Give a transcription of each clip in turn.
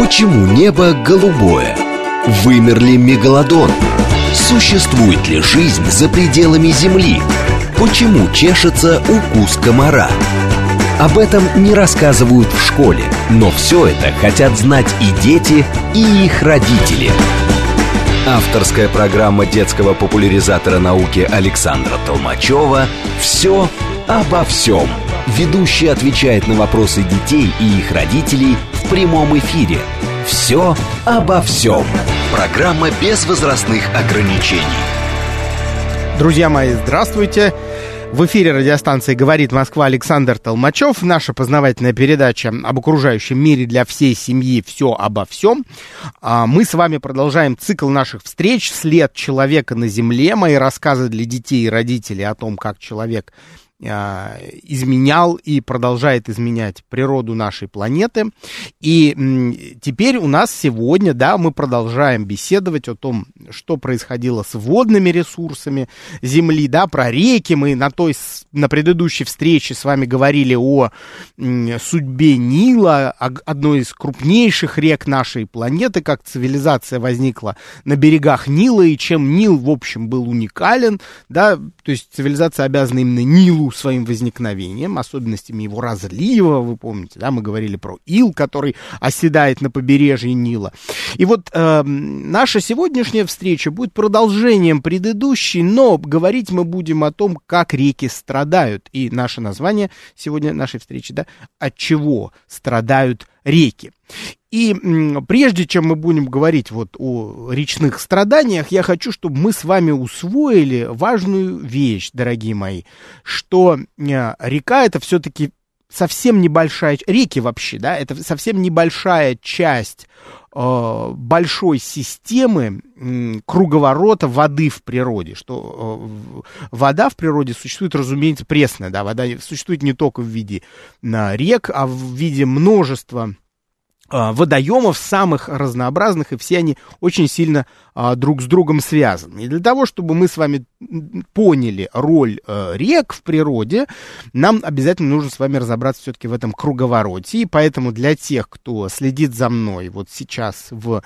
Почему небо голубое? Вымер ли мегалодон? Существует ли жизнь за пределами Земли? Почему чешется укус комара? Об этом не рассказывают в школе, но все это хотят знать и дети, и их родители. Авторская программа детского популяризатора науки Александра Толмачева «Все обо всем». Ведущий отвечает на вопросы детей и их родителей в прямом эфире. «Все обо всем». Программа без возрастных ограничений. Друзья мои, здравствуйте. В эфире радиостанции «Говорит Москва» Александр Толмачев. Наша познавательная передача об окружающем мире для всей семьи «Все обо всем». Мы с вами продолжаем цикл наших встреч «След человека на Земле». Мои рассказы для детей и родителей о том, как человек изменял и продолжает изменять природу нашей планеты. И теперь у нас сегодня, да, мы продолжаем беседовать о том, что происходило с водными ресурсами Земли, да, про реки. Мы на предыдущей встрече с вами говорили о судьбе Нила, одной из крупнейших рек нашей планеты, как цивилизация возникла на берегах Нила, и чем Нил, в общем, был уникален, да, то есть цивилизация обязана именно Нилу своим возникновением, особенностями его разлива, вы помните, да, мы говорили про ил, который оседает на побережье Нила. И вот наша сегодняшняя встреча будет продолжением предыдущей, но говорить мы будем о том, как реки страдают. И наше название сегодня нашей встречи, да, от чего страдают реки. И прежде чем мы будем говорить вот о речных страданиях, я хочу, чтобы мы с вами усвоили важную вещь, дорогие мои, что река — это все-таки совсем небольшая, реки вообще, да, это совсем небольшая часть большой системы круговорота воды в природе, что вода в природе существует, разумеется, пресная, да, вода существует не только в виде рек, а в виде множества водоемов самых разнообразных, и все они очень сильно друг с другом связаны. И для того, чтобы мы с вами поняли роль рек в природе, нам обязательно нужно с вами разобраться все-таки в этом круговороте. И поэтому для тех, кто следит за мной вот сейчас в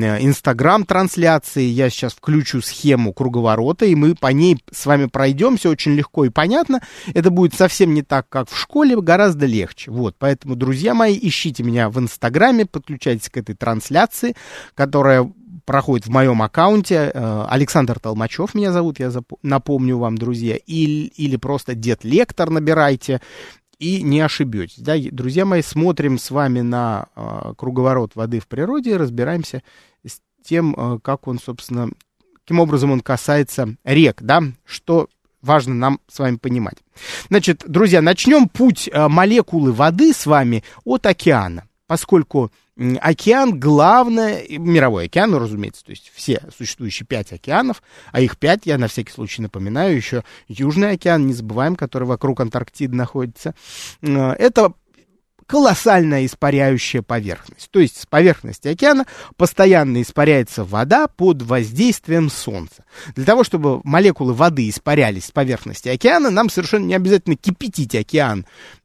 Инстаграм-трансляции, я сейчас включу схему круговорота, и мы по ней с вами пройдемся очень легко и понятно. Это будет совсем не так, как в школе, гораздо легче. Вот, поэтому, друзья мои, ищите меня в Инстаграме, подключайтесь к этой трансляции, которая проходит в моем аккаунте. Александр Толмачев меня зовут, я напомню вам, друзья, или просто Дед Лектор набирайте, и не ошибетесь. Да? Друзья мои, смотрим с вами на круговорот воды в природе и разбираемся с тем, как он, собственно, каким образом он касается рек, да, что важно нам с вами понимать. Значит, друзья, начнем путь молекулы воды с вами от океана. Поскольку океан главное, мировой океан, ну, разумеется, то есть все существующие 5 океанов, а их 5, я на всякий случай напоминаю, еще Южный океан, не забываем, который вокруг Антарктиды находится, это колоссальная испаряющая поверхность. То есть с поверхности океана постоянно испаряется вода под воздействием Солнца. Для того, чтобы молекулы воды испарялись с поверхности океана, нам совершенно не обязательно кипятить океан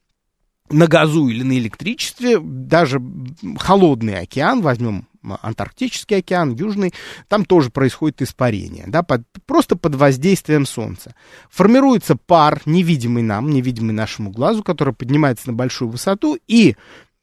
на газу или на электричестве. Даже холодный океан, возьмем Антарктический океан, Южный, там тоже происходит испарение, да, просто под воздействием Солнца. Формируется пар, невидимый нам, невидимый нашему глазу, который поднимается на большую высоту, и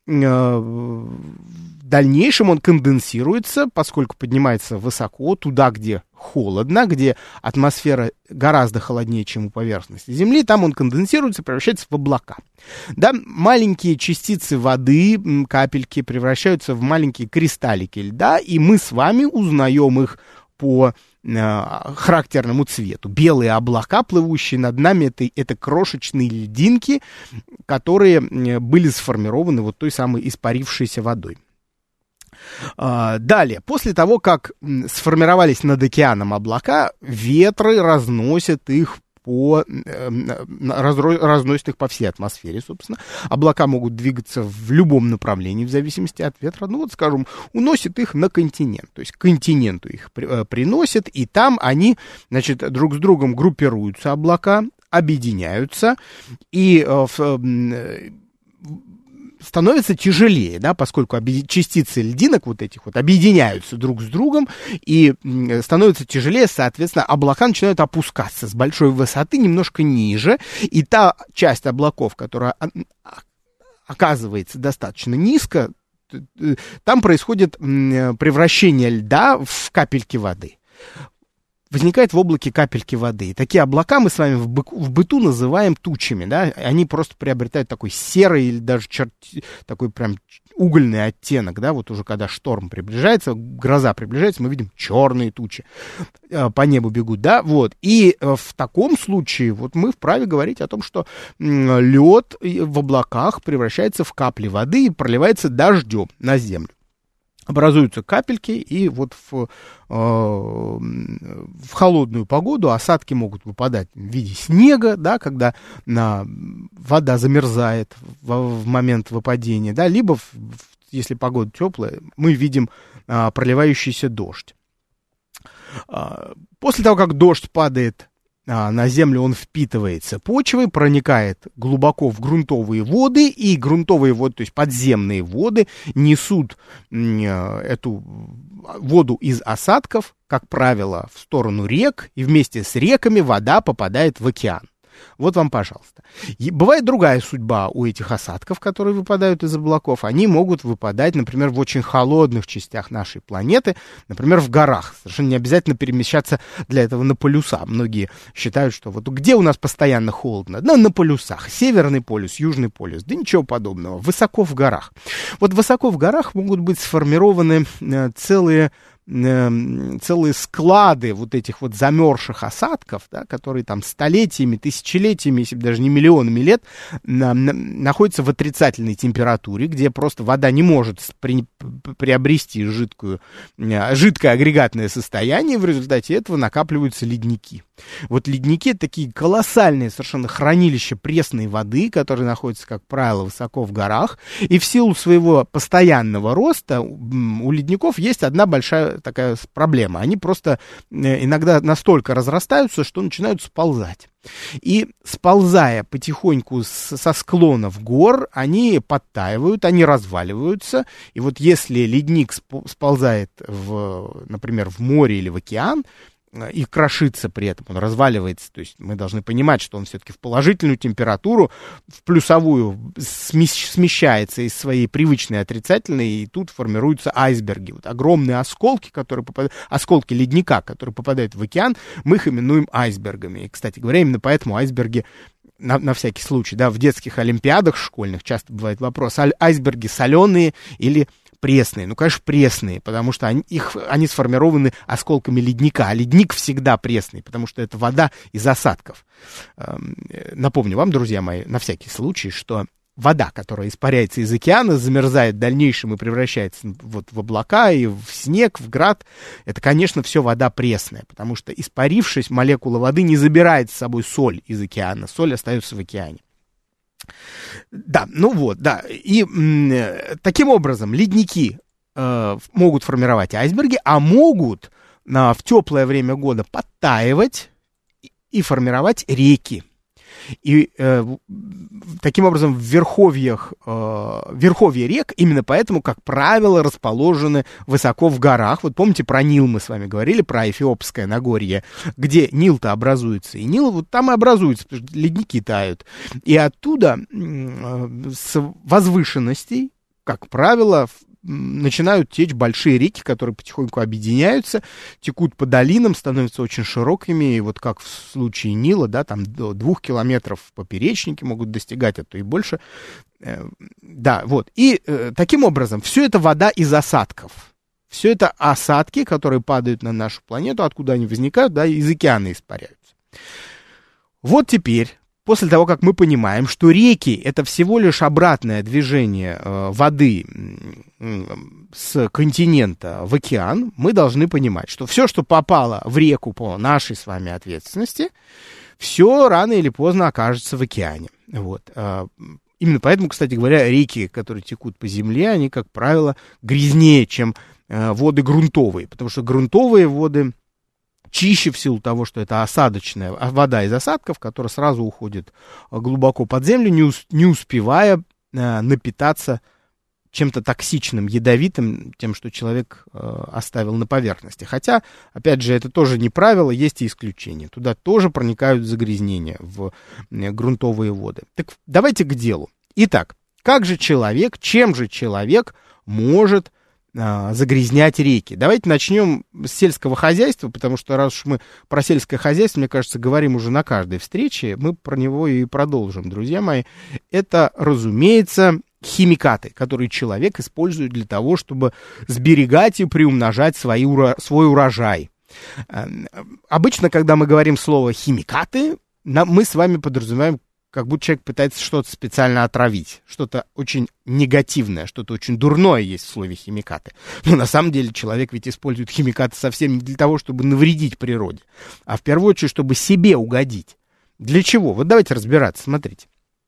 в дальнейшем он конденсируется, поскольку поднимается высоко, туда, где холодно, где атмосфера гораздо холоднее, чем у поверхности Земли, там он конденсируется, превращается в облака. Да, маленькие частицы воды, капельки, превращаются в маленькие кристаллики льда, и мы с вами узнаем их по характерному цвету. Белые облака, плывущие над нами, это крошечные льдинки, которые были сформированы вот той самой испарившейся водой. Далее, после того, как сформировались над океаном облака, ветры разносят их разносят их по всей атмосфере, собственно. Облака могут двигаться в любом направлении, в зависимости от ветра. Ну, вот, скажем, уносит их на континент. То есть к континенту их приносят, и там они, значит, друг с другом группируются, облака, объединяются, и становится тяжелее, да, поскольку частицы льдинок вот этих вот объединяются друг с другом, и становится тяжелее, соответственно, облака начинают опускаться с большой высоты немножко ниже, и та часть облаков, которая оказывается достаточно низко, там происходит превращение льда в капельки воды. Возникает в облаке капельки воды. И такие облака мы с вами в быту называем тучами, да, они просто приобретают такой серый или даже такой прям угольный оттенок, да, вот уже когда шторм приближается, гроза приближается, мы видим черные тучи по небу бегут, да, вот. И в таком случае вот мы вправе говорить о том, что лед в облаках превращается в капли воды и проливается дождем на землю. Образуются капельки, и вот в холодную погоду осадки могут выпадать в виде снега, да, когда вода замерзает в момент выпадения, да, либо, если погода теплая, мы видим проливающийся дождь. После того, как дождь падает на землю, он впитывается почвой, проникает глубоко в грунтовые воды, и грунтовые воды, то есть подземные воды, несут эту воду из осадков, как правило, в сторону рек, и вместе с реками вода попадает в океан. Вот вам, пожалуйста. И бывает другая судьба у этих осадков, которые выпадают из облаков. Они могут выпадать, например, в очень холодных частях нашей планеты, например, в горах. Совершенно не обязательно перемещаться для этого на полюса. Многие считают, что вот где у нас постоянно холодно? Ну, на полюсах. Северный полюс, южный полюс. Да ничего подобного. Высоко в горах. Вот высоко в горах могут быть сформированы целые склады вот этих вот замерзших осадков, да, которые там столетиями, тысячелетиями, если даже не миллионами лет, находятся в отрицательной температуре, где просто вода не может приобрести жидкое агрегатное состояние, и в результате этого накапливаются ледники. Вот ледники — такие колоссальные совершенно хранилища пресной воды, которые находятся, как правило, высоко в горах, и в силу своего постоянного роста у ледников есть одна большая такая проблема. Они просто иногда настолько разрастаются, что начинают сползать. И сползая потихоньку со склонов гор, они подтаивают, они разваливаются. И вот если ледник сползает, например, в море или в океан, и крошится при этом, он разваливается, то есть мы должны понимать, что он все-таки в положительную температуру, в плюсовую смещается из своей привычной отрицательной, и тут формируются айсберги. Вот огромные осколки, осколки ледника, которые попадают в океан, мы их именуем айсбергами. И, кстати говоря, именно поэтому айсберги, на всякий случай, да, в детских олимпиадах школьных часто бывает вопрос, айсберги соленые или пресные. Ну, конечно, пресные, потому что они сформированы осколками ледника. А ледник всегда пресный, потому что это вода из осадков. Напомню вам, друзья мои, на всякий случай, что вода, которая испаряется из океана, замерзает в дальнейшем и превращается вот в облака и в снег, в град, это, конечно, все вода пресная, потому что, испарившись, молекула воды не забирает с собой соль из океана, соль остается в океане. Да, ну вот, да, и таким образом ледники могут формировать айсберги, а могут в теплое время года подтаивать и формировать реки. И таким образом верховье рек именно поэтому, как правило, расположены высоко в горах. Вот помните, про Нил мы с вами говорили, про Эфиопское Нагорье, где Нил-то образуется. И Нил вот там и образуется, потому что ледники тают. И оттуда с возвышенностей, как правило, начинают течь большие реки, которые потихоньку объединяются, текут по долинам, становятся очень широкими, и вот как в случае Нила, да, там до 2 километров в поперечнике могут достигать, а то и больше. Да, вот. И таким образом, все это вода из осадков. Все это осадки, которые падают на нашу планету, откуда они возникают, да, из океана испаряются. Вот теперь, после того, как мы понимаем, что реки — это всего лишь обратное движение воды с континента в океан, мы должны понимать, что все, что попало в реку по нашей с вами ответственности, все рано или поздно окажется в океане. Вот. Именно поэтому, кстати говоря, реки, которые текут по земле, они, как правило, грязнее, чем воды грунтовые, потому что грунтовые воды чище в силу того, что это осадочная вода из осадков, которая сразу уходит глубоко под землю, не успевая напитаться чем-то токсичным, ядовитым, тем, что человек оставил на поверхности. Хотя, опять же, это тоже не правило, есть и исключения. Туда тоже проникают загрязнения в грунтовые воды. Так давайте к делу. Итак, чем же человек может загрязнять реки? Давайте начнем с сельского хозяйства, потому что раз уж мы про сельское хозяйство, мне кажется, говорим уже на каждой встрече, мы про него и продолжим, друзья мои. Это, разумеется, химикаты, которые человек использует для того, чтобы сберегать и приумножать свой урожай. Обычно, когда мы говорим слово «химикаты», мы с вами подразумеваем, как будто человек пытается что-то специально отравить, что-то очень негативное, что-то очень дурное есть в слове «химикаты». Но на самом деле человек ведь использует химикаты совсем не для того, чтобы навредить природе, а в первую очередь, чтобы себе угодить. Для чего? Вот давайте разбираться, смотрите.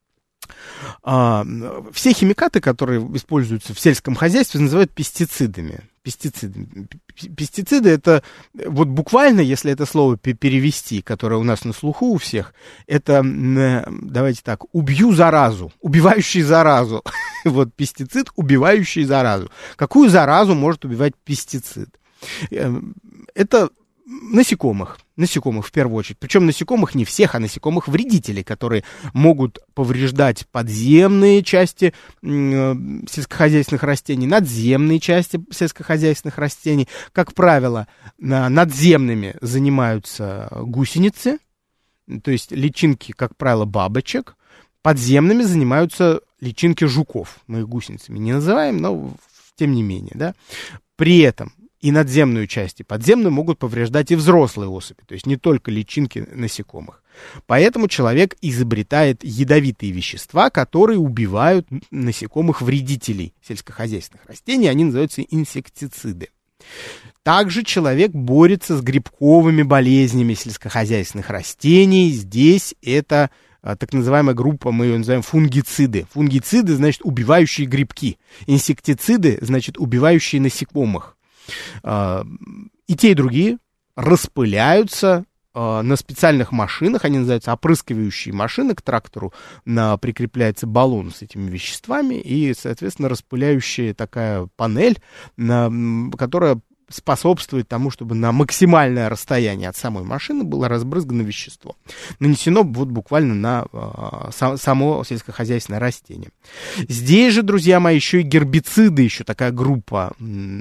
Все химикаты, которые используются в сельском хозяйстве, называют пестицидами. Пестициды — это вот буквально, если это слово перевести, которое у нас на слуху у всех, это, давайте так, убивающий заразу. Вот пестицид, убивающий заразу. Какую заразу может убивать пестицид? Это насекомых в первую очередь. Причем насекомых не всех, а насекомых-вредителей, которые могут повреждать подземные части сельскохозяйственных растений, надземные части сельскохозяйственных растений. Как правило, надземными занимаются гусеницы, то есть личинки, как правило, бабочек. Подземными занимаются личинки жуков. Мы их гусеницами не называем, но тем не менее, да. При этом и надземную часть, и подземную могут повреждать и взрослые особи, то есть не только личинки насекомых. Поэтому человек изобретает ядовитые вещества, которые убивают насекомых-вредителей сельскохозяйственных растений, они называются инсектициды. Также человек борется с грибковыми болезнями сельскохозяйственных растений. Здесь это так называемая группа, мы ее называем фунгициды. Фунгициды, значит, убивающие грибки. Инсектициды, значит, убивающие насекомых. И те, и другие распыляются на специальных машинах, они называются опрыскивающие машины, к трактору прикрепляется баллон с этими веществами и, соответственно, распыляющая такая панель, которая способствует тому, чтобы на максимальное расстояние от самой машины было разбрызгано вещество. Нанесено вот буквально на само сельскохозяйственное растение. Здесь же, друзья мои, еще и гербициды, еще такая группа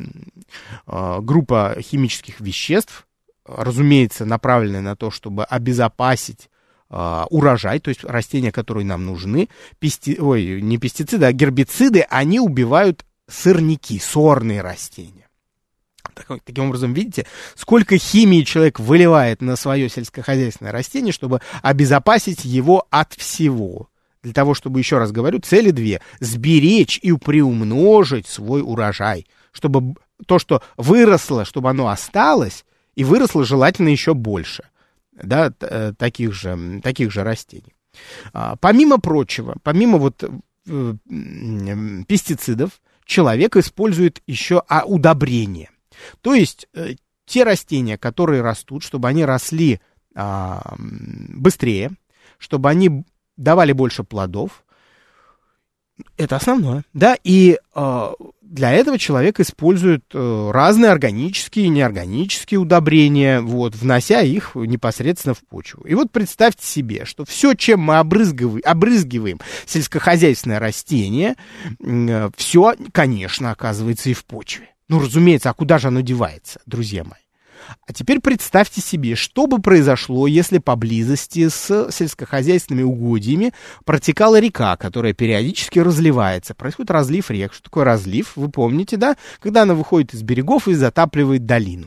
химических веществ, разумеется, направленная на то, чтобы обезопасить урожай, то есть растения, которые нам нужны. Не пестициды, а гербициды, они убивают сорняки, сорные растения. Таким образом, видите, сколько химии человек выливает на свое сельскохозяйственное растение, чтобы обезопасить его от всего. Для того, чтобы, еще раз говорю, цели две: сберечь и приумножить свой урожай, чтобы то, что выросло, чтобы оно осталось, и выросло желательно еще больше, да, таких же растений. Помимо прочего, помимо вот пестицидов, человек использует еще удобрения. То есть те растения, которые растут, чтобы они росли быстрее, чтобы они давали больше плодов, это основное, да, и для этого человек использует разные органические и неорганические удобрения, вот, внося их непосредственно в почву. И вот представьте себе, что все, чем мы обрызгиваем сельскохозяйственное растение, все, конечно, оказывается и в почве. Ну, разумеется, а куда же оно девается, друзья мои? А теперь представьте себе, что бы произошло, если поблизости с сельскохозяйственными угодьями протекала река, которая периодически разливается. Происходит разлив рек. Что такое разлив? Вы помните, да? Когда она выходит из берегов и затапливает долину.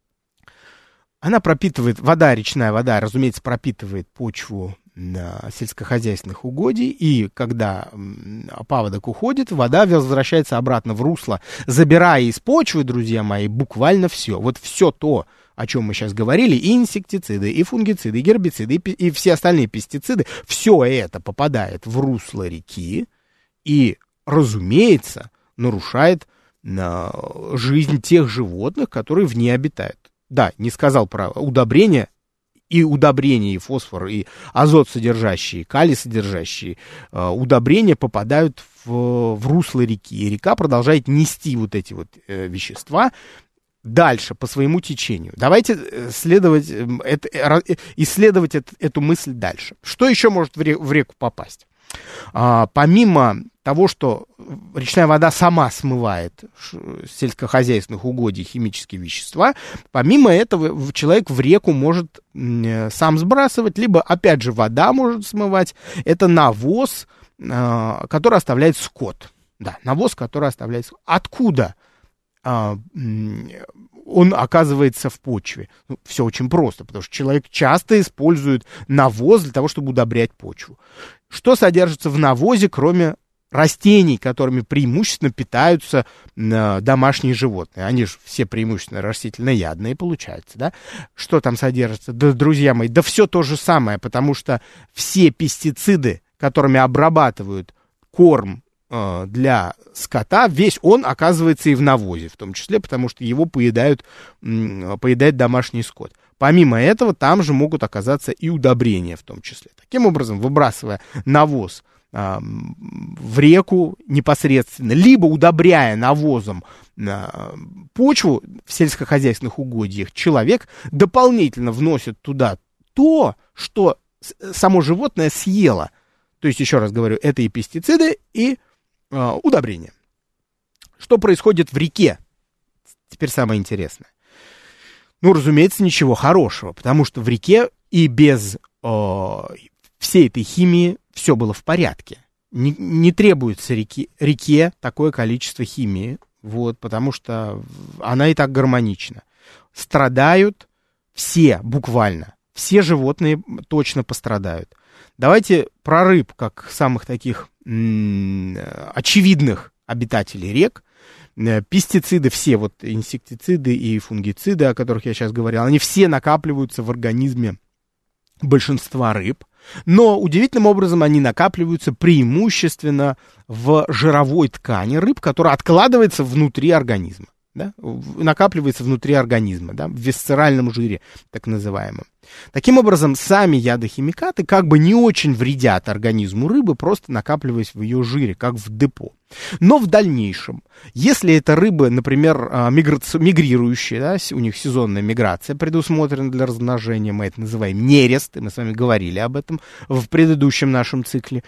Она пропитывает, речная вода, разумеется, пропитывает почву сельскохозяйственных угодий, и когда паводок уходит, вода возвращается обратно в русло, забирая из почвы, друзья мои, буквально все. Вот все то, о чем мы сейчас говорили, и инсектициды, и фунгициды, и гербициды, и все остальные пестициды, все это попадает в русло реки и, разумеется, нарушает жизнь тех животных, которые в ней обитают. Да, не сказал про удобрения. и удобрения, и фосфор, и азот содержащие, калий содержащие удобрения попадают в русло реки, и река продолжает нести вот эти вот вещества дальше по своему течению. Давайте исследовать эту мысль дальше. Что еще может в реку попасть? Помимо того, что речная вода сама смывает с сельскохозяйственных угодий химические вещества, помимо этого человек в реку может сам сбрасывать, либо, опять же, вода может смывать. Это навоз, который оставляет скот. Да, навоз, который оставляет скот. Откуда он оказывается в почве? Ну, все очень просто, потому что человек часто использует навоз для того, чтобы удобрять почву. Что содержится в навозе, кроме растений, которыми преимущественно питаются домашние животные? Они же все преимущественно растительноядные, получается, да? Что там содержится? Да, друзья мои, да все то же самое, потому что все пестициды, которыми обрабатывают корм для скота, весь он оказывается и в навозе, в том числе, потому что его поедает домашний скот. Помимо этого, там же могут оказаться и удобрения в том числе. Таким образом, выбрасывая навоз в реку непосредственно, либо удобряя навозом почву в сельскохозяйственных угодьях, человек дополнительно вносит туда то, что само животное съело. То есть, еще раз говорю, это и пестициды, и удобрения. Что происходит в реке? Теперь самое интересное. Ну, разумеется, ничего хорошего, потому что в реке и без всей этой химии все было в порядке. Не требуется реке такое количество химии, вот, потому что она и так гармонична. Страдают все, буквально. Все животные точно пострадают. Давайте про рыб, как самых таких очевидных обитателей рек. Пестициды все, вот инсектициды и фунгициды, о которых я сейчас говорил, они все накапливаются в организме большинства рыб, но удивительным образом они накапливаются преимущественно в жировой ткани рыб, которая откладывается внутри организма, да? Накапливается внутри организма, да? В висцеральном жире, так называемом. Таким образом, сами ядохимикаты как бы не очень вредят организму рыбы, просто накапливаясь в ее жире, как в депо. Но в дальнейшем, если это рыбы, например, мигрирующие, да, у них сезонная миграция предусмотрена для размножения, мы это называем нерест, и мы с вами говорили об этом в предыдущем нашем цикле,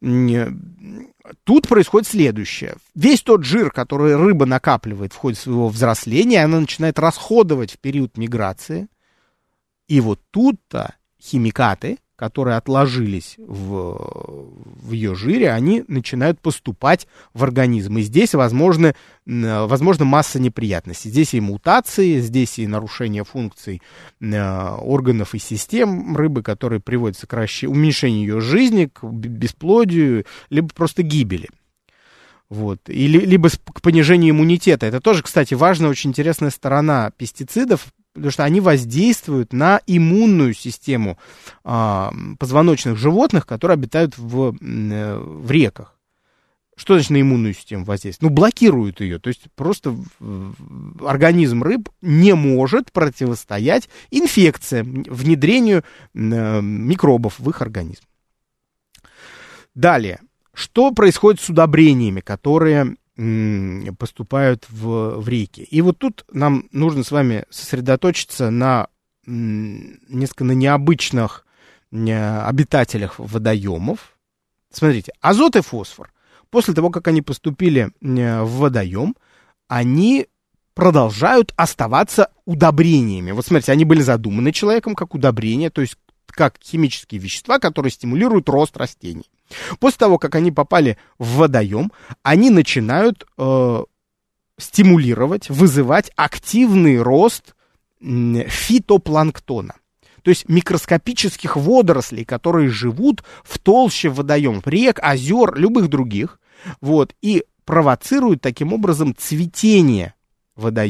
тут происходит следующее. Весь тот жир, который рыба накапливает в ходе своего взросления, она начинает расходовать в период миграции. И вот тут-то химикаты, которые отложились в ее жире, они начинают поступать в организм. И здесь возможна масса неприятностей. Здесь и мутации, здесь и нарушение функций органов и систем рыбы, которые приводят к уменьшению ее жизни, к бесплодию, либо просто гибели. Вот. Либо к понижению иммунитета. Это тоже, кстати, важная, очень интересная сторона пестицидов, потому что они воздействуют на иммунную систему позвоночных животных, которые обитают в реках. Что значит на иммунную систему воздействуют? Ну, блокируют ее. То есть просто организм рыб не может противостоять инфекциям, внедрению микробов в их организм. Далее. Что происходит с удобрениями, которые поступают в реки? И вот тут нам нужно с вами сосредоточиться на несколько необычных обитателях водоемов. Смотрите, азот и фосфор. После того, как они поступили в водоем, они продолжают оставаться удобрениями. Вот смотрите, они были задуманы человеком как удобрения, то есть как химические вещества, которые стимулируют рост растений. После того, как они попали в водоем, они начинают стимулировать, вызывать активный рост фитопланктона. То есть микроскопических водорослей, которые живут в толще водоемов, рек, озер, любых других, вот, и провоцируют таким образом цветение водоемов.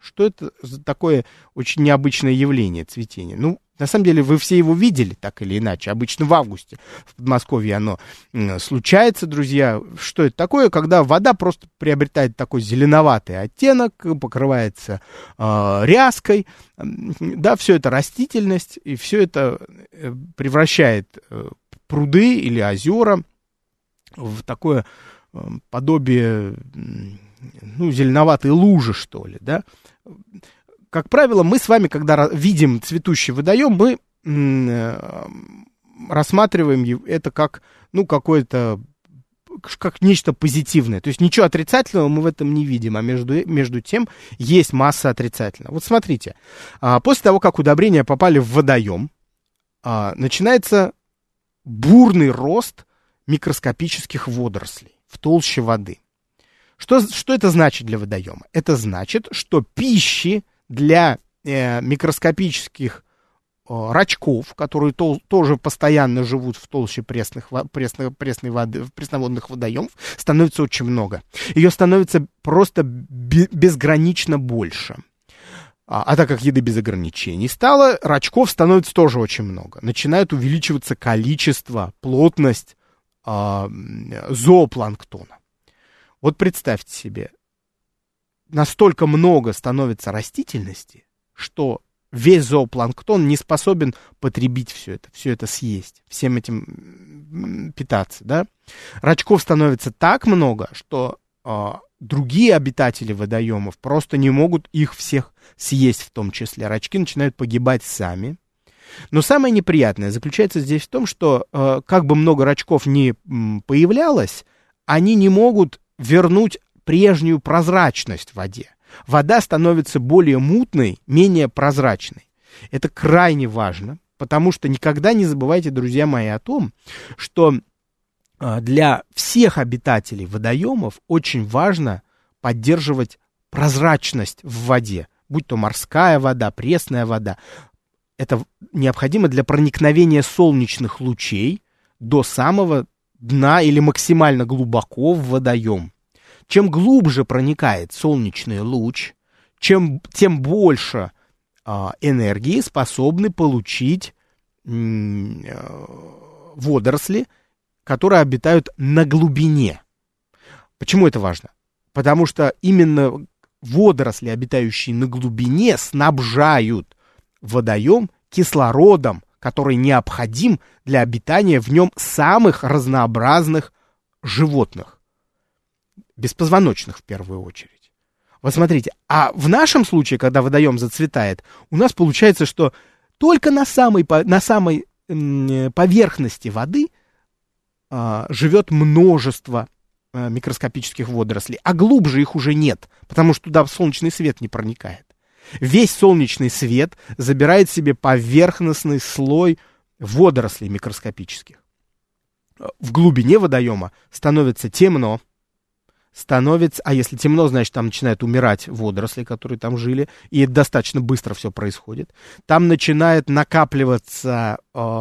Что это за такое очень необычное явление цветения? Ну, на самом деле, вы все его видели, так или иначе. Обычно в августе в Подмосковье оно случается, друзья. Что это такое? Когда вода просто приобретает такой зеленоватый оттенок, покрывается ряской. Да, все это растительность, и все это превращает пруды или озера в такое подобие, ну, зеленоватой лужи, что ли, да. Как правило, мы с вами, когда видим цветущий водоем, мы рассматриваем это как, ну, какое-то, как нечто позитивное. То есть ничего отрицательного мы в этом не видим, а между тем есть масса отрицательного. Вот смотрите, после того, как удобрения попали в водоем, начинается бурный рост микроскопических водорослей в толще воды. Что это значит для водоема? Это значит, что пищи для микроскопических рачков, которые тоже постоянно живут в толще пресной воды, в пресноводных водоемов, становится очень много. Ее становится просто безгранично больше. А так как еды без ограничений стало, рачков становится тоже очень много. Начинает увеличиваться количество, плотность зоопланктона. Вот представьте себе, настолько много становится растительности, что весь зоопланктон не способен потребить все это съесть, всем этим питаться, да? Рачков становится так много, что другие обитатели водоемов просто не могут их всех съесть в том числе. Рачки начинают погибать сами. Но самое неприятное заключается здесь в том, что как бы много рачков ни появлялось, они не могут вернуть прежнюю прозрачность в воде. Вода становится более мутной, менее прозрачной. Это крайне важно, потому что никогда не забывайте, друзья мои, о том, что для всех обитателей водоемов очень важно поддерживать прозрачность в воде, будь то морская вода, пресная вода. Это необходимо для проникновения солнечных лучей до самого дна или максимально глубоко в водоем. Чем глубже проникает солнечный луч, тем больше энергии способны получить водоросли, которые обитают на глубине. Почему это важно? Потому что именно водоросли, обитающие на глубине, снабжают водоем кислородом, который необходим для обитания в нем самых разнообразных животных. Беспозвоночных в первую очередь. Вот смотрите, а в нашем случае, когда водоем зацветает, у нас получается, что только на самой поверхности воды живет множество микроскопических водорослей, а глубже их уже нет, потому что туда солнечный свет не проникает. Весь солнечный свет забирает себе поверхностный слой водорослей микроскопических. В глубине водоема становится темно, а если темно, значит, там начинают умирать водоросли, которые там жили, и достаточно быстро все происходит. Там начинают накапливаться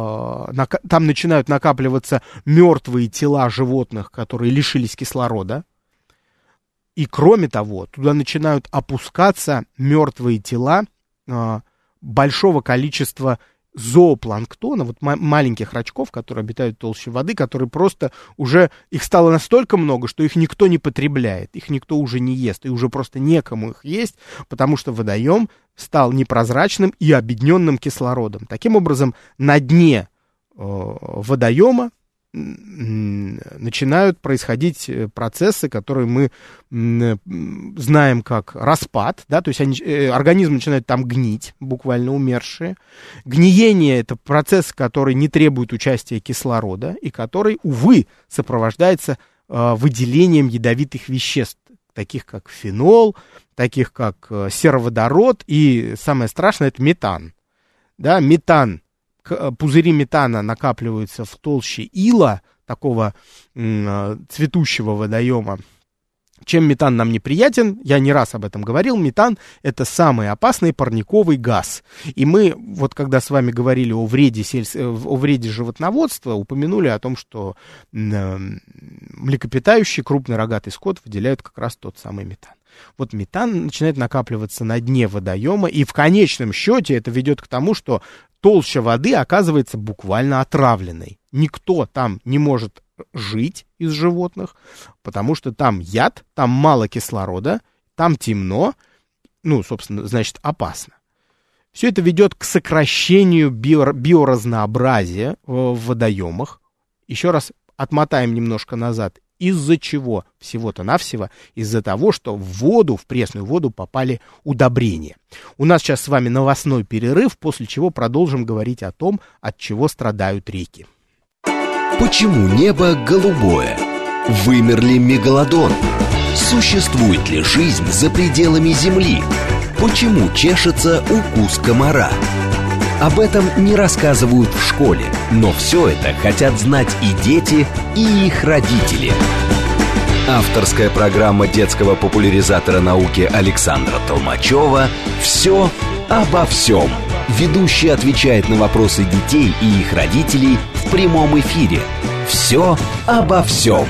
мертвые тела животных, которые лишились кислорода. И кроме того, туда начинают опускаться мертвые тела большого количества зоопланктона, вот маленьких рачков, которые обитают в толще воды, которые просто уже, их стало настолько много, что их никто не потребляет, их никто уже не ест, и уже просто некому их есть, потому что водоем стал непрозрачным и обедненным кислородом. Таким образом, на дне водоема начинают происходить процессы, которые мы знаем как распад, да, то есть организм начинает там гнить, буквально умершие. Гниение — это процесс, который не требует участия кислорода и который, увы, сопровождается выделением ядовитых веществ, таких как фенол, таких как сероводород и, самое страшное, это метан. Да, метан. Пузыри метана накапливаются в толще ила, такого цветущего водоема. Чем метан нам неприятен, я не раз об этом говорил, метан — это самый опасный парниковый газ. И мы, вот когда с вами говорили о вреде животноводства, упомянули о том, что млекопитающий крупный рогатый скот выделяют как раз тот самый метан. Вот метан начинает накапливаться на дне водоема, и в конечном счете это ведет к тому, что толща воды оказывается буквально отравленной. Никто там не может жить из животных, потому что там яд, там мало кислорода, там темно, собственно, значит, опасно. Все это ведет к сокращению биоразнообразия в водоемах. Еще раз отмотаем немножко назад. Из-за чего? Всего-то-навсего из-за того, что в пресную воду попали удобрения. У нас сейчас с вами новостной перерыв, после чего продолжим говорить о том, от чего страдают реки. Почему небо голубое? Вымер ли мегалодон? Существует ли жизнь за пределами Земли? Почему чешется укус комара? Об этом не рассказывают в школе, но все это хотят знать и дети, и их родители. Авторская программа детского популяризатора науки Александра Толмачева «Все обо всем». Ведущий отвечает на вопросы детей и их родителей в прямом эфире. «Все обо всем».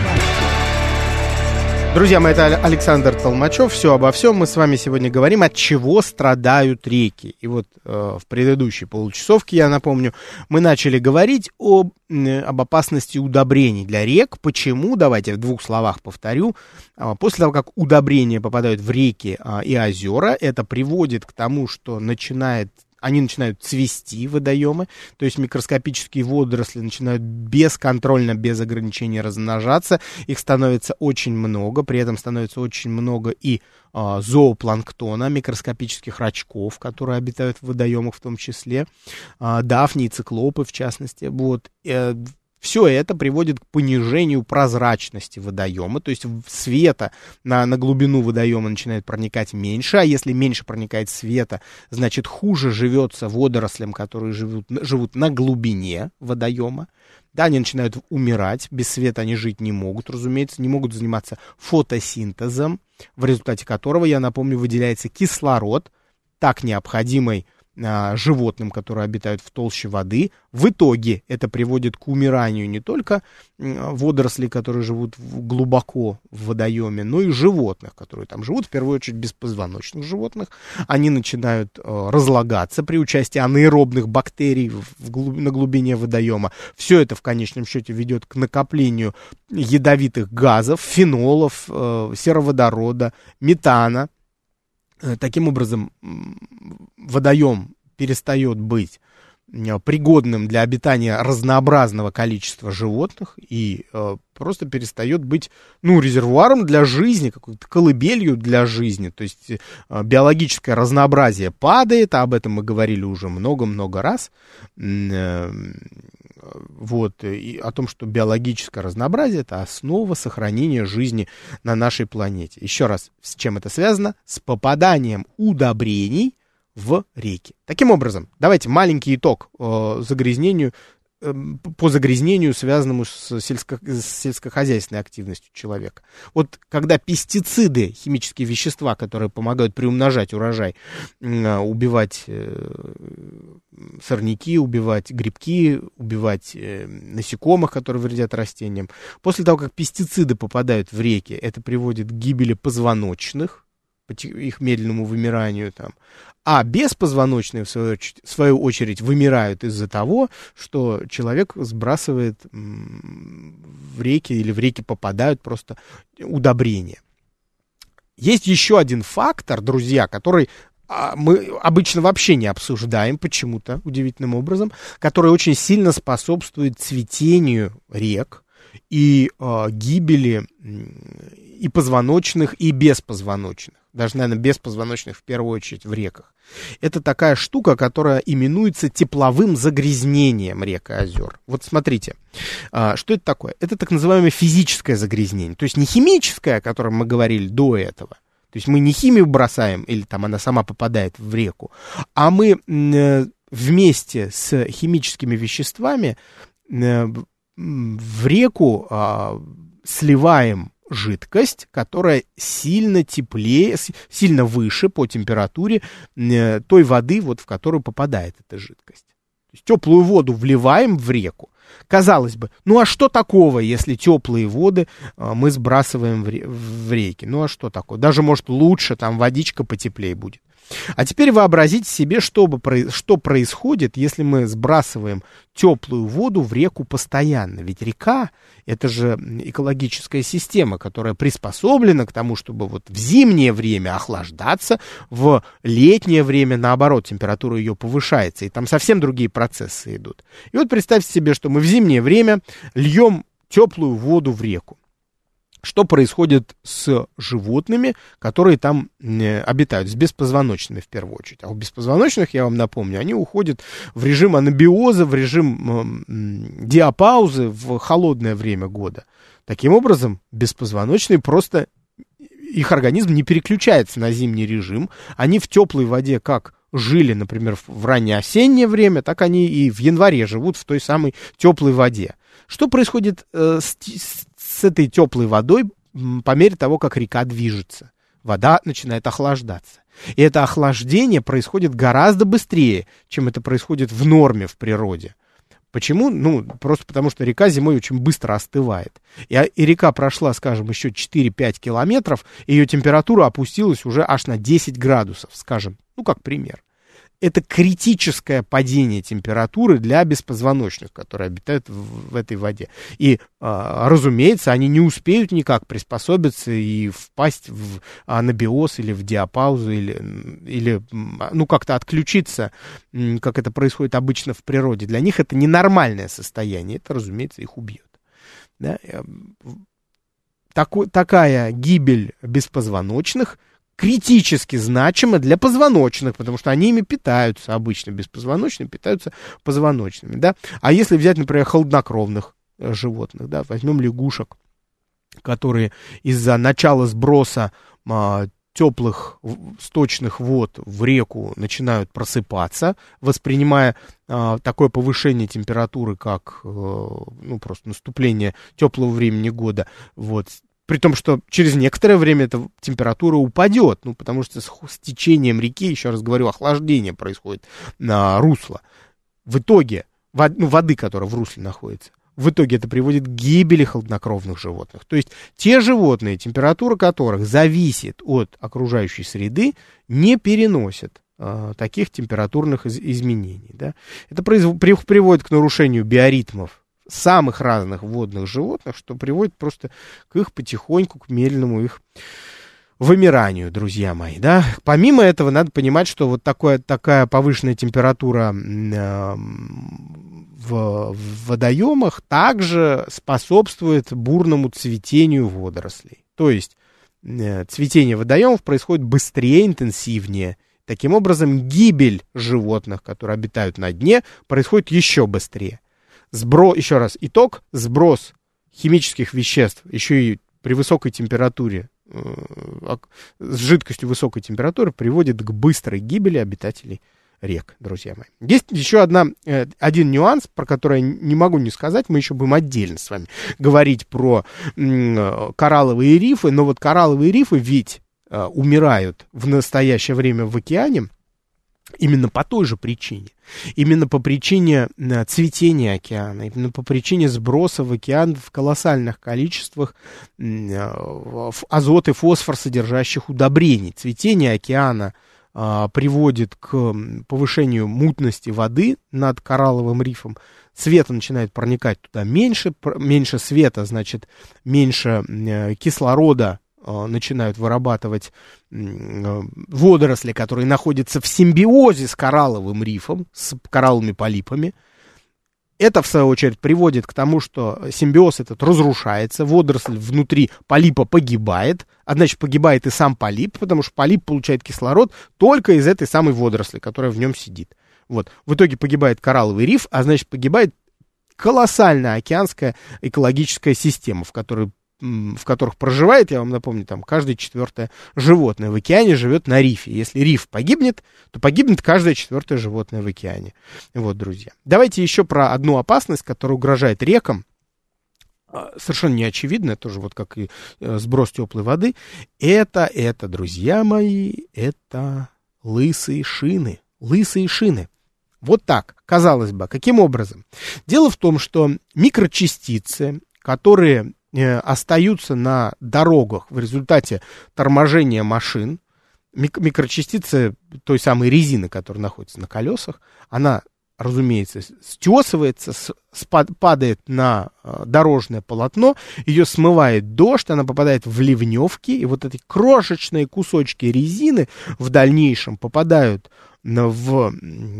Друзья мои, это Александр Толмачев. «Все обо всем». Мы с вами сегодня говорим, от чего страдают реки. И вот в предыдущей получасовке, я напомню, мы начали говорить об опасности удобрений для рек. Почему? Давайте в двух словах повторю. После того, как удобрения попадают в реки и озера, это приводит к тому, что они начинают цвести, водоемы, то есть микроскопические водоросли начинают бесконтрольно, без ограничений размножаться, их становится очень много, при этом становится очень много и зоопланктона, микроскопических рачков, которые обитают в водоемах в том числе, дафнии, циклопы в частности, вот. Все это приводит к понижению прозрачности водоема, то есть света на глубину водоема начинает проникать меньше, а если меньше проникает света, значит хуже живется водорослям, которые живут на глубине водоема. Да, они начинают умирать, без света они жить не могут, разумеется, не могут заниматься фотосинтезом, в результате которого, я напомню, выделяется кислород, так необходимый животным, которые обитают в толще воды. В итоге это приводит к умиранию не только водорослей, которые живут глубоко в водоеме, но и животных, которые там живут, в первую очередь беспозвоночных животных. Они начинают разлагаться при участии анаэробных бактерий на глубине водоема. Все это в конечном счете ведет к накоплению ядовитых газов, фенолов, сероводорода, метана. Таким образом, водоем перестает быть пригодным для обитания разнообразного количества животных и просто перестает быть, резервуаром для жизни, какой-то колыбелью для жизни. То есть биологическое разнообразие падает, а об этом мы говорили уже много-много раз. Вот, и о том, что биологическое разнообразие — это основа сохранения жизни на нашей планете. Еще раз, с чем это связано? С попаданием удобрений в реки. Таким образом, давайте маленький итог по загрязнению, связанному с сельскохозяйственной активностью человека. Вот когда пестициды, химические вещества, которые помогают приумножать урожай, убивать сорняки, убивать грибки, убивать насекомых, которые вредят растениям. После того, как пестициды попадают в реки, это приводит к гибели позвоночных, их медленному вымиранию там. А беспозвоночные, в свою очередь, вымирают из-за того, что человек сбрасывает в реки или в реки попадают просто удобрения. Есть еще один фактор, друзья, который мы обычно вообще не обсуждаем почему-то, удивительным образом, который очень сильно способствует цветению рек и гибели и позвоночных, и беспозвоночных. Даже, наверное, беспозвоночных в первую очередь в реках. Это такая штука, которая именуется тепловым загрязнением рек и озер. Вот смотрите, что это такое? Это так называемое физическое загрязнение. То есть не химическое, о котором мы говорили до этого. То есть мы не химию бросаем, или там она сама попадает в реку, а мы вместе с химическими веществами в реку сливаем жидкость, которая сильно теплее, сильно выше по температуре той воды, вот, в которую попадает эта жидкость. То есть теплую воду вливаем в реку, Казалось бы, ну а что такого, если теплые воды мы сбрасываем в реки? Ну а что такое? Даже, может, лучше, там водичка потеплее будет. А теперь вообразите себе, что происходит, если мы сбрасываем теплую воду в реку постоянно. Ведь река — это же экологическая система, которая приспособлена к тому, чтобы вот в зимнее время охлаждаться, в летнее время, наоборот, температура ее повышается, и там совсем другие процессы идут. И вот представьте себе, что мы в зимнее время льем теплую воду в реку. Что происходит с животными, которые там обитают, с беспозвоночными в первую очередь. А у беспозвоночных, я вам напомню, они уходят в режим анабиоза, в режим диапаузы в холодное время года. Таким образом, беспозвоночные просто, их организм не переключается на зимний режим. Они в теплой воде как жили, например, в раннее осеннее время, так они и в январе живут в той самой теплой воде. Что происходит с этой теплой водой по мере того, как река движется? Вода начинает охлаждаться. И это охлаждение происходит гораздо быстрее, чем это происходит в норме в природе. Почему? Ну, просто потому, что река зимой очень быстро остывает. И река прошла, скажем, еще 4-5 километров, и ее температура опустилась уже аж на 10 градусов, скажем, ну, как пример. Это критическое падение температуры для беспозвоночных, которые обитают в этой воде. И, разумеется, они не успеют никак приспособиться и впасть в анабиоз или в диапаузу, или ну, как-то отключиться, как это происходит обычно в природе. Для них это ненормальное состояние. Это, разумеется, их убьет. Да? Такая гибель беспозвоночных критически значимо для позвоночных, потому что они ими питаются обычно, беспозвоночные питаются позвоночными, да. А если взять, например, холоднокровных животных, да, возьмем лягушек, которые из-за начала сброса теплых сточных вод в реку начинают просыпаться, воспринимая такое повышение температуры, как ну, просто наступление теплого времени года, вот. При том, что через некоторое время эта температура упадет, ну, потому что с течением реки, еще раз говорю, охлаждение происходит на русло. В итоге, воды, которая в русле находится, в итоге это приводит к гибели холоднокровных животных. То есть те животные, температура которых зависит от окружающей среды, не переносят таких температурных изменений. Да? Это приводит к нарушению биоритмов самых разных водных животных, что приводит просто к их потихоньку, к медленному их вымиранию, друзья мои, да. Помимо этого, надо понимать, что вот такая повышенная температура в водоемах также способствует бурному цветению водорослей. То есть цветение водоемов происходит быстрее, интенсивнее. Таким образом, гибель животных, которые обитают на дне, происходит еще быстрее. Еще раз, итог, сброс химических веществ еще и при высокой температуре, с жидкостью высокой температуры приводит к быстрой гибели обитателей рек, друзья мои. Есть еще один нюанс, про который я не могу не сказать, мы еще будем отдельно с вами говорить про коралловые рифы, но вот коралловые рифы ведь умирают в настоящее время в океане, именно по той же причине. Именно по причине цветения океана, именно по причине сброса в океан в колоссальных количествах азот и фосфор содержащих удобрений. Цветение океана приводит к повышению мутности воды над коралловым рифом. Света начинает проникать туда меньше света, значит, меньше кислорода начинают вырабатывать водоросли, которые находятся в симбиозе с коралловым рифом, с коралловыми полипами. Это, в свою очередь, приводит к тому, что симбиоз этот разрушается, водоросль внутри полипа погибает, а значит, погибает и сам полип, потому что полип получает кислород только из этой самой водоросли, которая в нем сидит. Вот. В итоге погибает коралловый риф, а значит, погибает колоссальная океанская экологическая система, в которых проживает, я вам напомню, там каждое 4-е животное в океане живет на рифе. Если риф погибнет, то погибнет каждое 4-е животное в океане. Вот, друзья. Давайте еще про одну опасность, которая угрожает рекам. Совершенно неочевидно, тоже вот как и сброс теплой воды. Это, друзья мои, это лысые шины. Лысые шины. Вот так, казалось бы. Каким образом? Дело в том, что микрочастицы, которые остаются на дорогах в результате торможения машин, микрочастицы той самой резины, которая находится на колесах, она, разумеется, стесывается, падает на дорожное полотно, ее смывает дождь, она попадает в ливневки, и вот эти крошечные кусочки резины в дальнейшем попадают в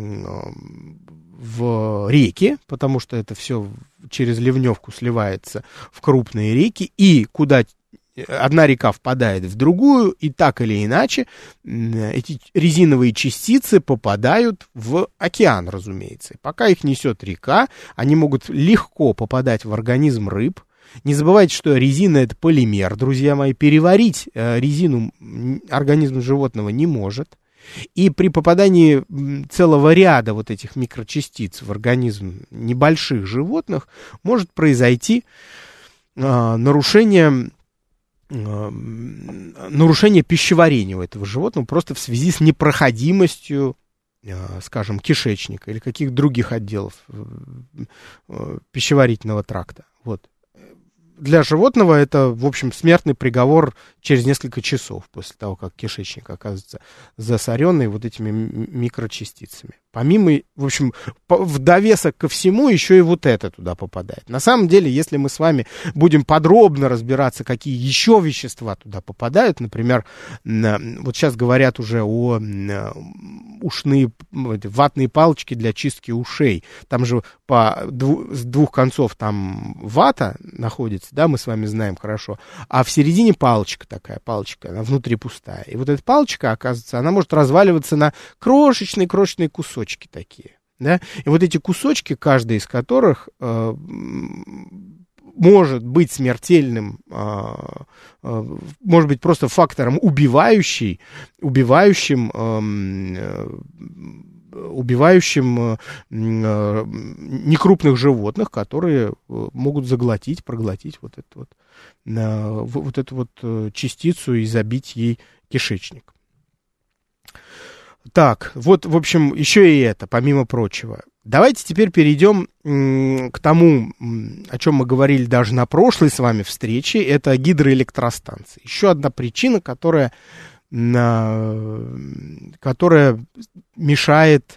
реки, потому что это все через ливневку сливается в крупные реки, и куда одна река впадает в другую, и так или иначе эти резиновые частицы попадают в океан, разумеется. И пока их несет река, они могут легко попадать в организм рыб. Не забывайте, что резина — это полимер, друзья мои. Переварить резину организм животного не может. И при попадании целого ряда вот этих микрочастиц в организм небольших животных может произойти нарушение пищеварения у этого животного просто в связи с непроходимостью, скажем, кишечника или каких-то других отделов пищеварительного тракта. Вот. Для животного это, в общем, смертный приговор через несколько часов после того, как кишечник оказывается засоренный вот этими микрочастицами. Помимо, в общем, в довесок ко всему еще и вот это туда попадает. На самом деле, если мы с вами будем подробно разбираться, какие еще вещества туда попадают, например, вот сейчас говорят уже о ватные палочки для чистки ушей. Там же с двух концов там вата находится, да, мы с вами знаем хорошо, а в середине палочка такая, она внутри пустая. И вот эта палочка, оказывается, она может разваливаться на крошечные кусочки такие, да, и вот эти кусочки, каждый из которых может быть смертельным, может быть просто фактором убивающим некрупных животных, которые могут проглотить вот эту частицу и забить ей кишечник. Так, вот, в общем, еще и это, помимо прочего. Давайте теперь перейдем к тому, о чем мы говорили даже на прошлой с вами встрече, это гидроэлектростанции. Еще одна причина, которая мешает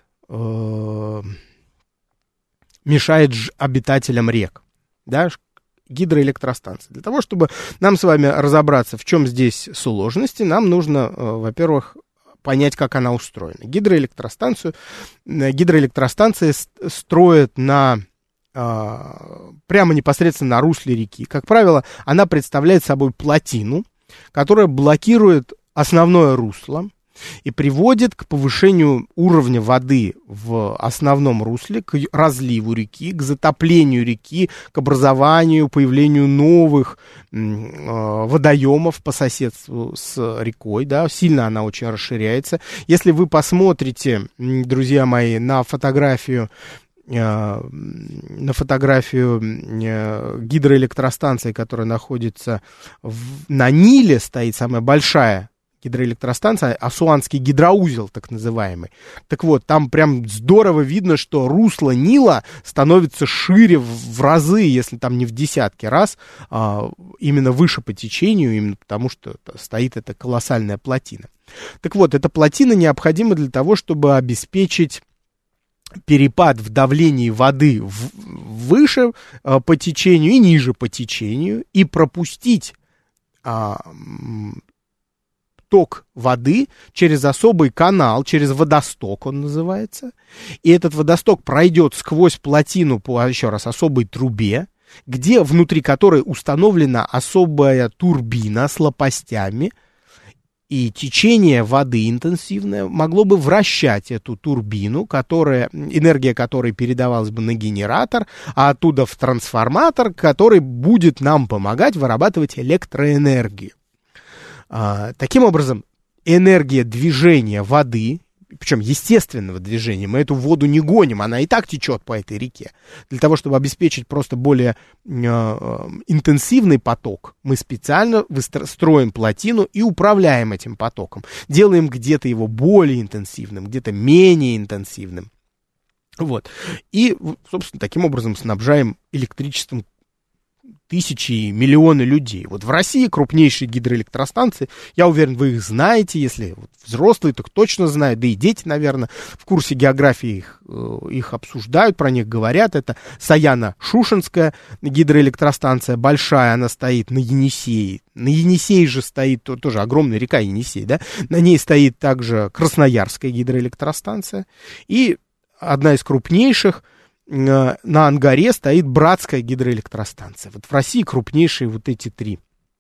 обитателям рек, да, гидроэлектростанции. Для того, чтобы нам с вами разобраться, в чем здесь сложности, нам нужно, во-первых, понять, как она устроена. Гидроэлектростанции строят прямо непосредственно на русле реки. Как правило, она представляет собой плотину, которая блокирует основное русло и приводит к повышению уровня воды в основном русле, к разливу реки, к затоплению реки, к образованию, появлению новых водоемов по соседству с рекой, да, сильно она очень расширяется. Если вы посмотрите, друзья мои, на фотографию гидроэлектростанции, которая находится на Ниле, стоит самая большая гидроэлектростанция, Асуанский гидроузел, так называемый. Так вот, там прям здорово видно, что русло Нила становится шире в разы, если там не в десятки раз, именно выше по течению, именно потому что стоит эта колоссальная плотина. Так вот, эта плотина необходима для того, чтобы обеспечить перепад в давлении воды выше по течению и ниже по течению, и пропустить ток воды через особый канал, через водосток он называется, и этот водосток пройдет сквозь плотину по, еще раз, особой трубе, где внутри которой установлена особая турбина с лопастями, и течение воды интенсивное могло бы вращать эту турбину, энергия которой передавалась бы на генератор, а оттуда в трансформатор, который будет нам помогать вырабатывать электроэнергию. Таким образом, энергия движения воды, причем естественного движения, мы эту воду не гоним, она и так течет по этой реке. Для того, чтобы обеспечить просто более интенсивный поток, мы специально строим плотину и управляем этим потоком. Делаем где-то его более интенсивным, где-то менее интенсивным. Вот. И, собственно, таким образом снабжаем электричеством тысячи и миллионы людей. Вот в России крупнейшие гидроэлектростанции, я уверен, вы их знаете, если взрослые, так точно знают, да и дети, наверное, в курсе географии их обсуждают, про них говорят. Это Саяно-Шушенская гидроэлектростанция, большая, она стоит на Енисее. На Енисее же стоит тоже огромная река Енисей, да, на ней стоит также Красноярская гидроэлектростанция, и одна из крупнейших, на Ангаре стоит Братская гидроэлектростанция. Вот в России крупнейшие вот эти три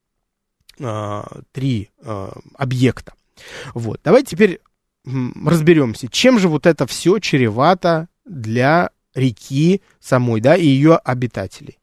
объекта. Вот. Давайте теперь разберемся, чем же вот это все чревато для реки самой, да, и ее обитателей.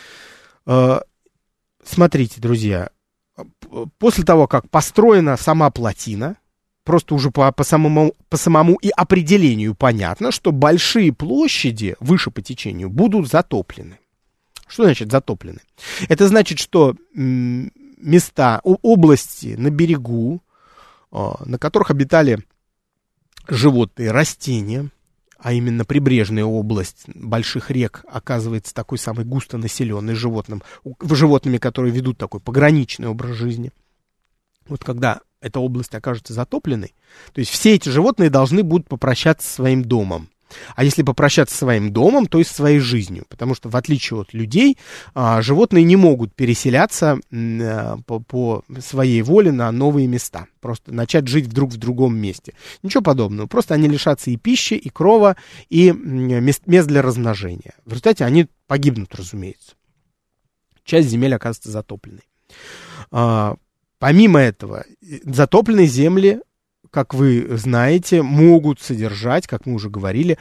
Смотрите, друзья, после того, как построена сама плотина, просто уже по самому и определению понятно, что большие площади выше по течению будут затоплены. Что значит затоплены? Это значит, что места, области на берегу, на которых обитали животные, растения, а именно прибрежная область больших рек оказывается такой самой густонаселенной животными, которые ведут такой пограничный образ жизни. Вот когда эта область окажется затопленной, то есть все эти животные должны будут попрощаться со своим домом. А если попрощаться со своим домом, то и со своей жизнью. Потому что, в отличие от людей, животные не могут переселяться по своей воле на новые места. Просто начать жить вдруг в другом месте. Ничего подобного. Просто они лишатся и пищи, и крова, и мест для размножения. В результате они погибнут, разумеется. Часть земель оказывается затопленной. Помимо этого, затопленные земли, как вы знаете, могут содержать, как мы уже говорили,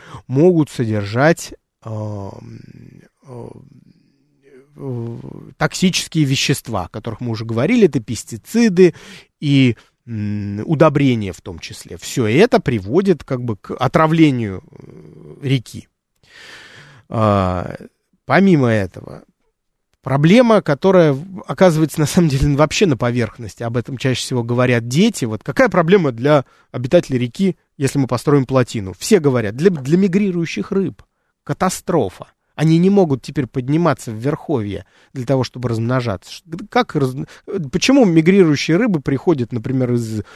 токсические вещества, о которых мы уже говорили, это пестициды и удобрения в том числе. Все это приводит как бы к отравлению реки. Помимо этого, проблема, которая оказывается, на самом деле, вообще на поверхности, об этом чаще всего говорят дети. Вот какая проблема для обитателей реки, если мы построим плотину? Все говорят, для мигрирующих рыб. Катастрофа. Они не могут теперь подниматься в верховье для того, чтобы размножаться. Почему мигрирующие рыбы приходят, например,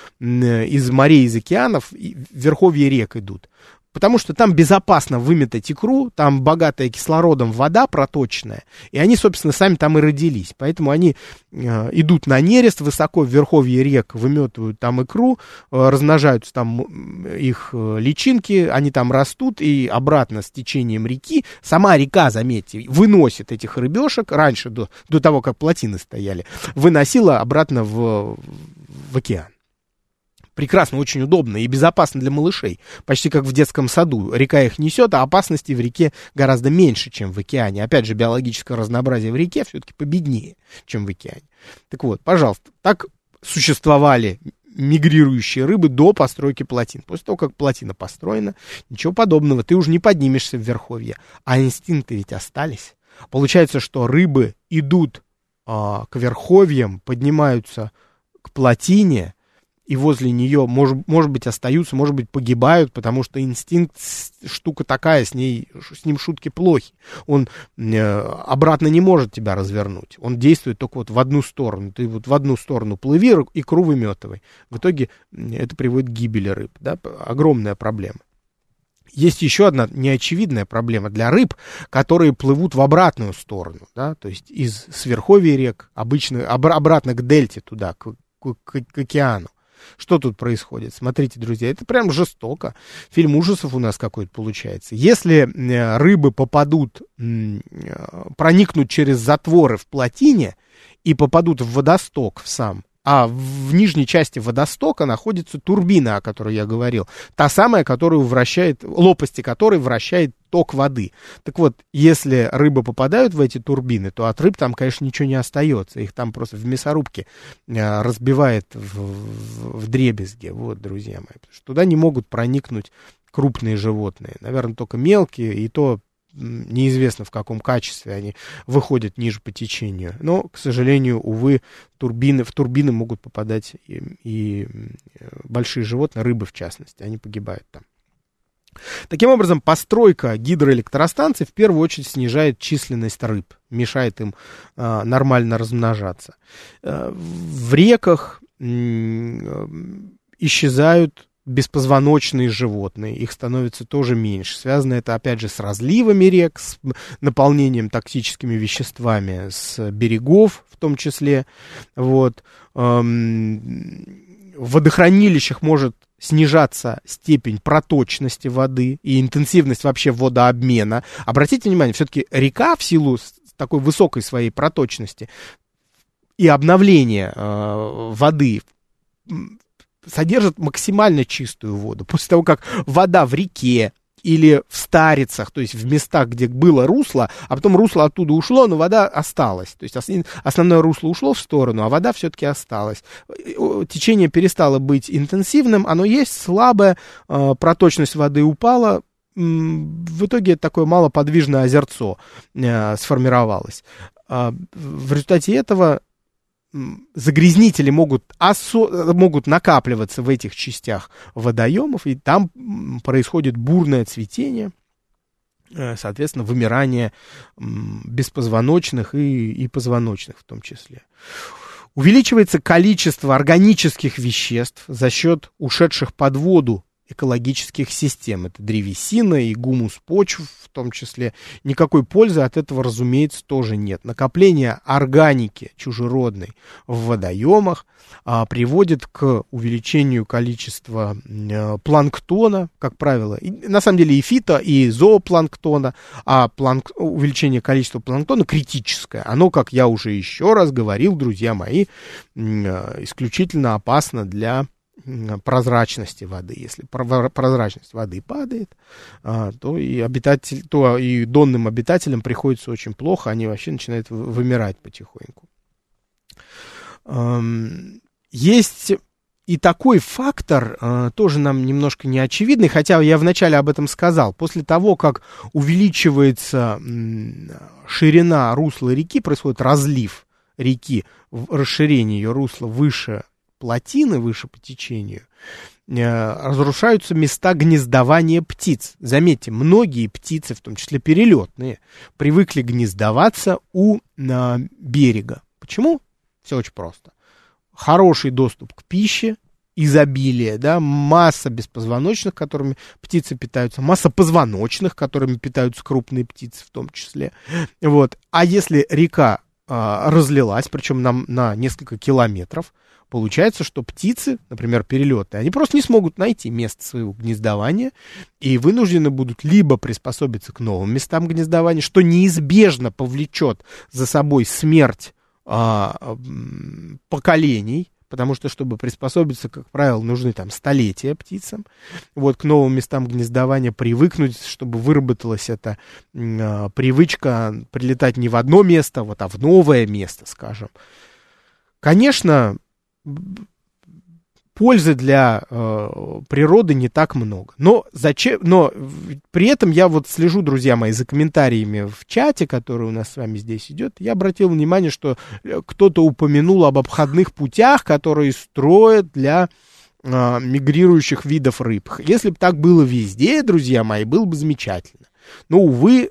из морей, из океанов, и в верховье рек идут? Потому что там безопасно выметать икру, там богатая кислородом вода проточная, и они, собственно, сами там и родились. Поэтому они идут на нерест, высоко в верховье рек выметывают там икру, размножаются там их личинки, они там растут, и обратно с течением реки, сама река, заметьте, выносит этих рыбешек, раньше, до того, как плотины стояли, выносила обратно в океан. Прекрасно, очень удобно и безопасно для малышей. Почти как в детском саду. Река их несет, а опасности в реке гораздо меньше, чем в океане. Опять же, биологическое разнообразие в реке все-таки победнее, чем в океане. Так вот, пожалуйста, так существовали мигрирующие рыбы до постройки плотин. После того, как плотина построена, ничего подобного, ты уже не поднимешься в верховье. А инстинкты ведь остались. Получается, что рыбы идут к верховьям, поднимаются к плотине, и возле нее, может быть, остаются, может быть, погибают, потому что инстинкт штука такая, с ним шутки плохи. Он обратно не может тебя развернуть. Он действует только вот в одну сторону. Ты вот в одну сторону плыви, икру выметывай. В итоге это приводит к гибели рыб. Да? Огромная проблема. Есть еще одна неочевидная проблема для рыб, которые плывут в обратную сторону. Да? То есть с верховья рек обратно к дельте, туда, к океану. Что тут происходит? Смотрите, друзья, это прям жестоко. Фильм ужасов у нас какой-то получается. Если рыбы проникнут через затворы в плотине и попадут в водосток в сам, а в нижней части водостока находится турбина, о которой я говорил. Та самая, лопасти которой вращает ток воды. Так вот, если рыбы попадают в эти турбины, то от рыб там, конечно, ничего не остается. Их там просто в мясорубке разбивает в дребезги. Вот, друзья мои. Потому что туда не могут проникнуть крупные животные. Наверное, только мелкие, и то неизвестно в каком качестве они выходят ниже по течению. Но, к сожалению, увы, в турбины могут попадать и большие животные, рыбы в частности, они погибают там. Таким образом, постройка гидроэлектростанций в первую очередь снижает численность рыб, мешает им нормально размножаться. В реках исчезают беспозвоночные животные, их становится тоже меньше. Связано это, опять же, с разливами рек, с наполнением токсическими веществами с берегов в том числе. Вот. В водохранилищах может снижаться степень проточности воды и интенсивность вообще водообмена. Обратите внимание, все-таки река в силу такой высокой своей проточности и обновления воды содержит максимально чистую воду. После того, как вода в реке или в старицах, то есть в местах, где было русло, а потом русло оттуда ушло, но вода осталась. То есть основное русло ушло в сторону, а вода все-таки осталась. Течение перестало быть интенсивным, оно есть слабая, проточность воды упала. В итоге такое малоподвижное озерцо сформировалось. В результате этого загрязнители могут накапливаться в этих частях водоемов, и там происходит бурное цветение, соответственно, вымирание беспозвоночных и позвоночных в том числе. Увеличивается количество органических веществ за счет ушедших под воду экологических систем. Это древесина и гумус почв в том числе. Никакой пользы от этого, разумеется, тоже нет. Накопление органики чужеродной в водоемах приводит к увеличению количества планктона, как правило. И, на самом деле и фито, и зоопланктона. А увеличение количества планктона критическое. Оно, как я уже еще раз говорил, друзья мои, исключительно опасно для прозрачности воды. Если прозрачность воды падает, то и донным обитателям приходится очень плохо, они вообще начинают вымирать потихоньку. Есть и такой фактор, тоже нам немножко неочевидный, хотя я вначале об этом сказал. После того, как увеличивается ширина русла реки, происходит разлив реки, расширение ее русла выше плотины, выше по течению, разрушаются места гнездования птиц. Заметьте, многие птицы, в том числе перелетные, привыкли гнездоваться у берега. Почему? Все очень просто. Хороший доступ к пище, изобилие, да, масса беспозвоночных, которыми птицы питаются, масса позвоночных, которыми питаются крупные птицы в том числе. Вот. А если река разлилась, причем на несколько километров, получается, что птицы, например, перелетные, они просто не смогут найти место своего гнездования и вынуждены будут либо приспособиться к новым местам гнездования, что неизбежно повлечет за собой смерть поколений, потому что, чтобы приспособиться, как правило, нужны там столетия птицам, вот, к новым местам гнездования привыкнуть, чтобы выработалась эта привычка прилетать не в одно место, вот, а в новое место, скажем. Конечно, пользы для природы не так много. Но при этом я вот слежу, друзья мои, за комментариями в чате, который у нас с вами здесь идет. Я обратил внимание, что кто-то упомянул об обходных путях, которые строят для мигрирующих видов рыб. Если бы так было везде, друзья мои, было бы замечательно. Но, увы,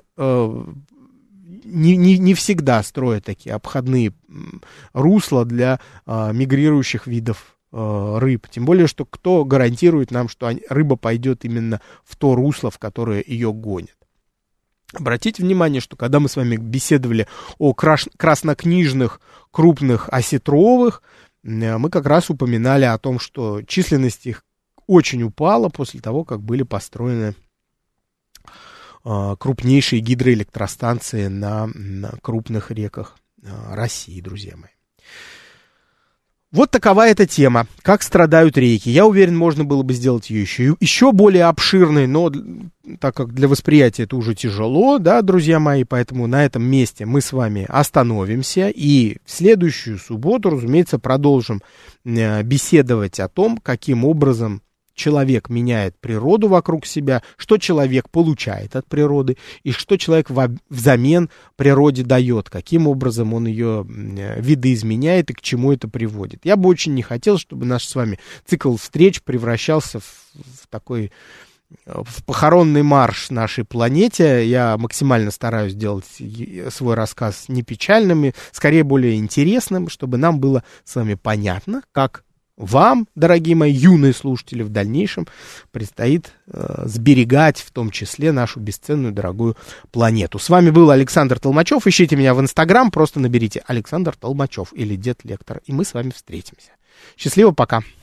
не всегда строят такие обходные русла для мигрирующих видов рыб. Тем более, что кто гарантирует нам, что рыба пойдет именно в то русло, в которое ее гонят. Обратите внимание, что когда мы с вами беседовали о краснокнижных крупных осетровых, мы как раз упоминали о том, что численность их очень упала после того, как были построены крупнейшие гидроэлектростанции на крупных реках России, друзья мои. Вот такова эта тема. Как страдают реки. Я уверен, можно было бы сделать ее еще более обширной, но так как для восприятия это уже тяжело, да, друзья мои, поэтому на этом месте мы с вами остановимся и в следующую субботу, разумеется, продолжим беседовать о том, каким образом человек меняет природу вокруг себя, что человек получает от природы и что человек взамен природе дает, каким образом он ее видоизменяет и к чему это приводит. Я бы очень не хотел, чтобы наш с вами цикл встреч превращался в такой в похоронный марш нашей планете. Я максимально стараюсь сделать свой рассказ не печальным, скорее более интересным, чтобы нам было с вами понятно, как вам, дорогие мои юные слушатели, в дальнейшем предстоит сберегать в том числе нашу бесценную дорогую планету. С вами был Александр Толмачев. Ищите меня в Инстаграм, просто наберите Александр Толмачев или Дед Лектор, и мы с вами встретимся. Счастливо, пока.